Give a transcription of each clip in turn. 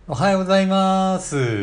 おはようございます。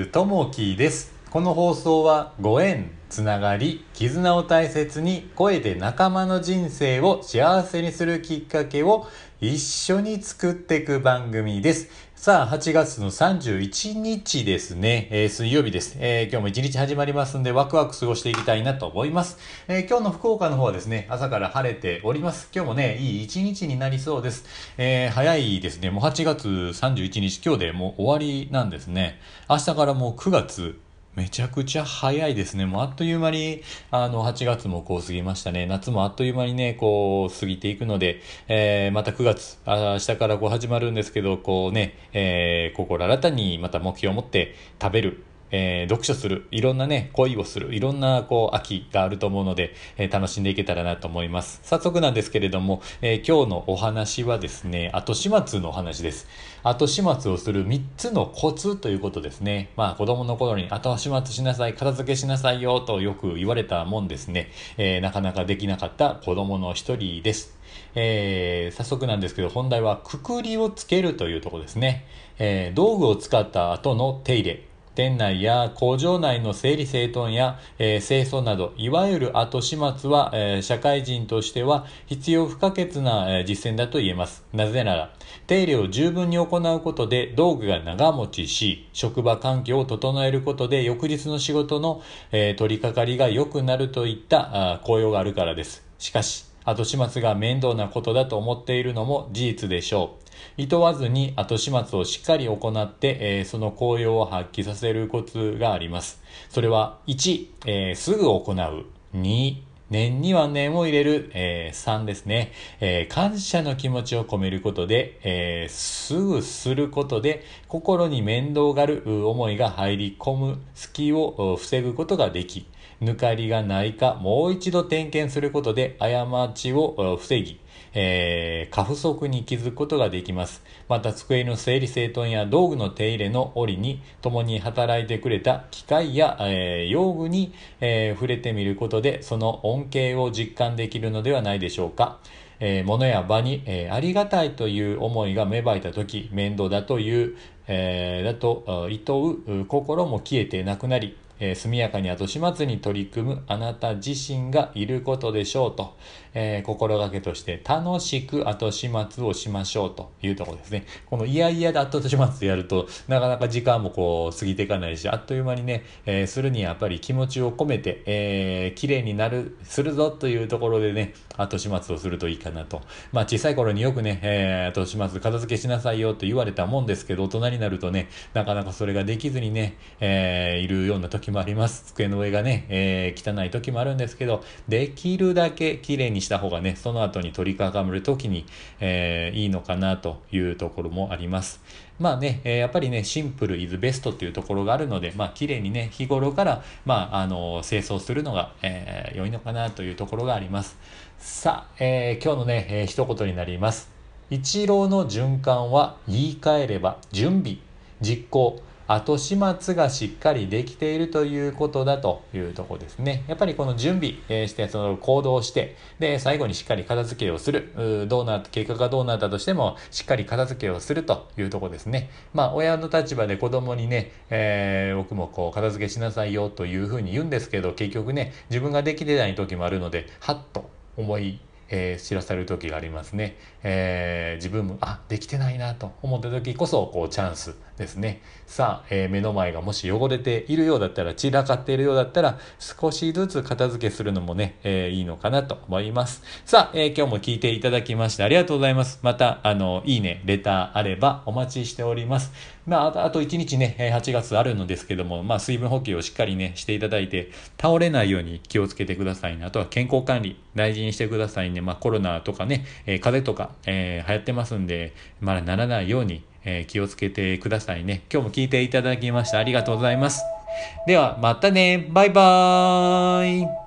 ともきです。この放送はご縁、つながり、絆を大切に声で仲間の人生を幸せにするきっかけを一緒に作っていく番組です。さあ、8月の31日ですね、水曜日です。今日も一日始まりますんで、ワクワク過ごしていきたいなと思います。今日の福岡の方はですね、朝から晴れております。今日もね、いい一日になりそうです。早いですね。もう8月31日、今日でもう終わりなんですね。明日からもう9月。めちゃくちゃ早いですね。もうあっという間に、8月もこう過ぎましたね。夏もあっという間にね、こう過ぎていくので、また9月、明日からこう始まるんですけど、こうね、心新たにまた目標を持って食べる、読書する、いろんなね、恋をする、いろんなこう秋があると思うので、楽しんでいけたらなと思います。早速なんですけれども、今日のお話はですね、後始末のお話です。後始末をする3つのコツということですね。まあ子供の頃に後始末しなさい、片付けしなさいよとよく言われたもんですね。なかなかできなかった子供の一人です。早速なんですけど、本題はくくりをつけるというところですね。道具を使った後の手入れ。店内や工場内の整理整頓や、清掃など、いわゆる後始末は、社会人としては必要不可欠な、実践だと言えます。なぜなら、手入れを十分に行うことで道具が長持ちし、職場環境を整えることで翌日の仕事の、取り掛かりが良くなるといった効用があるからです。しかし、後始末が面倒なことだと思っているのも事実でしょう。厭わずに後始末をしっかり行って、その効用を発揮させるコツがあります。それは1、すぐ行う。2、念には念を入れる、3ですね、感謝の気持ちを込めることで、すぐすることで心に面倒がる思いが入り込む隙を防ぐことができ、抜かりがないかもう一度点検することで過ちを防ぎ、過不足に気づくことができます。また机の整理整頓や道具の手入れの折に共に働いてくれた機械や、用具に、触れてみることでその恩恵を実感できるのではないでしょうか。物や場に、ありがたいという思いが芽生えたとき、面倒だという、厭う心も消えてなくなり、速やかに後始末に取り組むあなた自身がいることでしょうと、心がけとして楽しく後始末をしましょうというところですね。このいやいやで後始末やるとなかなか時間もこう過ぎていかないし、あっという間にね、するにはやっぱり気持ちを込めて、綺麗にするぞというところでね、後始末をするといいかなと。まあ小さい頃によくね、後始末片付けしなさいよと言われたもんですけど、大人になるとね、なかなかそれができずにね、いるような時もあります。机の上がね、汚い時もあるんですけど、できるだけ綺麗にした方がね、その後に取り掛かる時に、いいのかなというところもあります。まあね、やっぱりね、シンプルイズベストっていうところがあるので、まあ綺麗にね、日頃から、まあ、清掃するのが、良いのかなというところがあります。さあ、今日のね、一言になります。一郎の循環は言い換えれば準備、実行、後始末がしっかりできているということだというところですね。やっぱりこの準備して、その行動して、で、最後にしっかり片付けをする。結果がどうなったとしても、しっかり片付けをするというところですね。まあ、親の立場で子供にね、僕もこう、片付けしなさいよというふうに言うんですけど、結局ね、自分ができてない時もあるので、はっと思い知らされる時がありますね。自分もできてないなと思った時こそこうチャンスですね。さあ、目の前がもし汚れているようだったら、散らかっているようだったら、少しずつ片付けするのもね、いいのかなと思います。さあ、今日も聞いていただきましてありがとうございます。またいいねレターあればお待ちしております。まああと1日ね、8月あるのですけども、まあ水分補給をしっかりねしていただいて、倒れないように気をつけてくださいね。あとは健康管理大事にしてくださいね。まあコロナとかね、風邪とか、流行ってますんで、まだならないように、気をつけてくださいね。今日も聞いていただきましてありがとうございます。ではまたね、バイバーイ。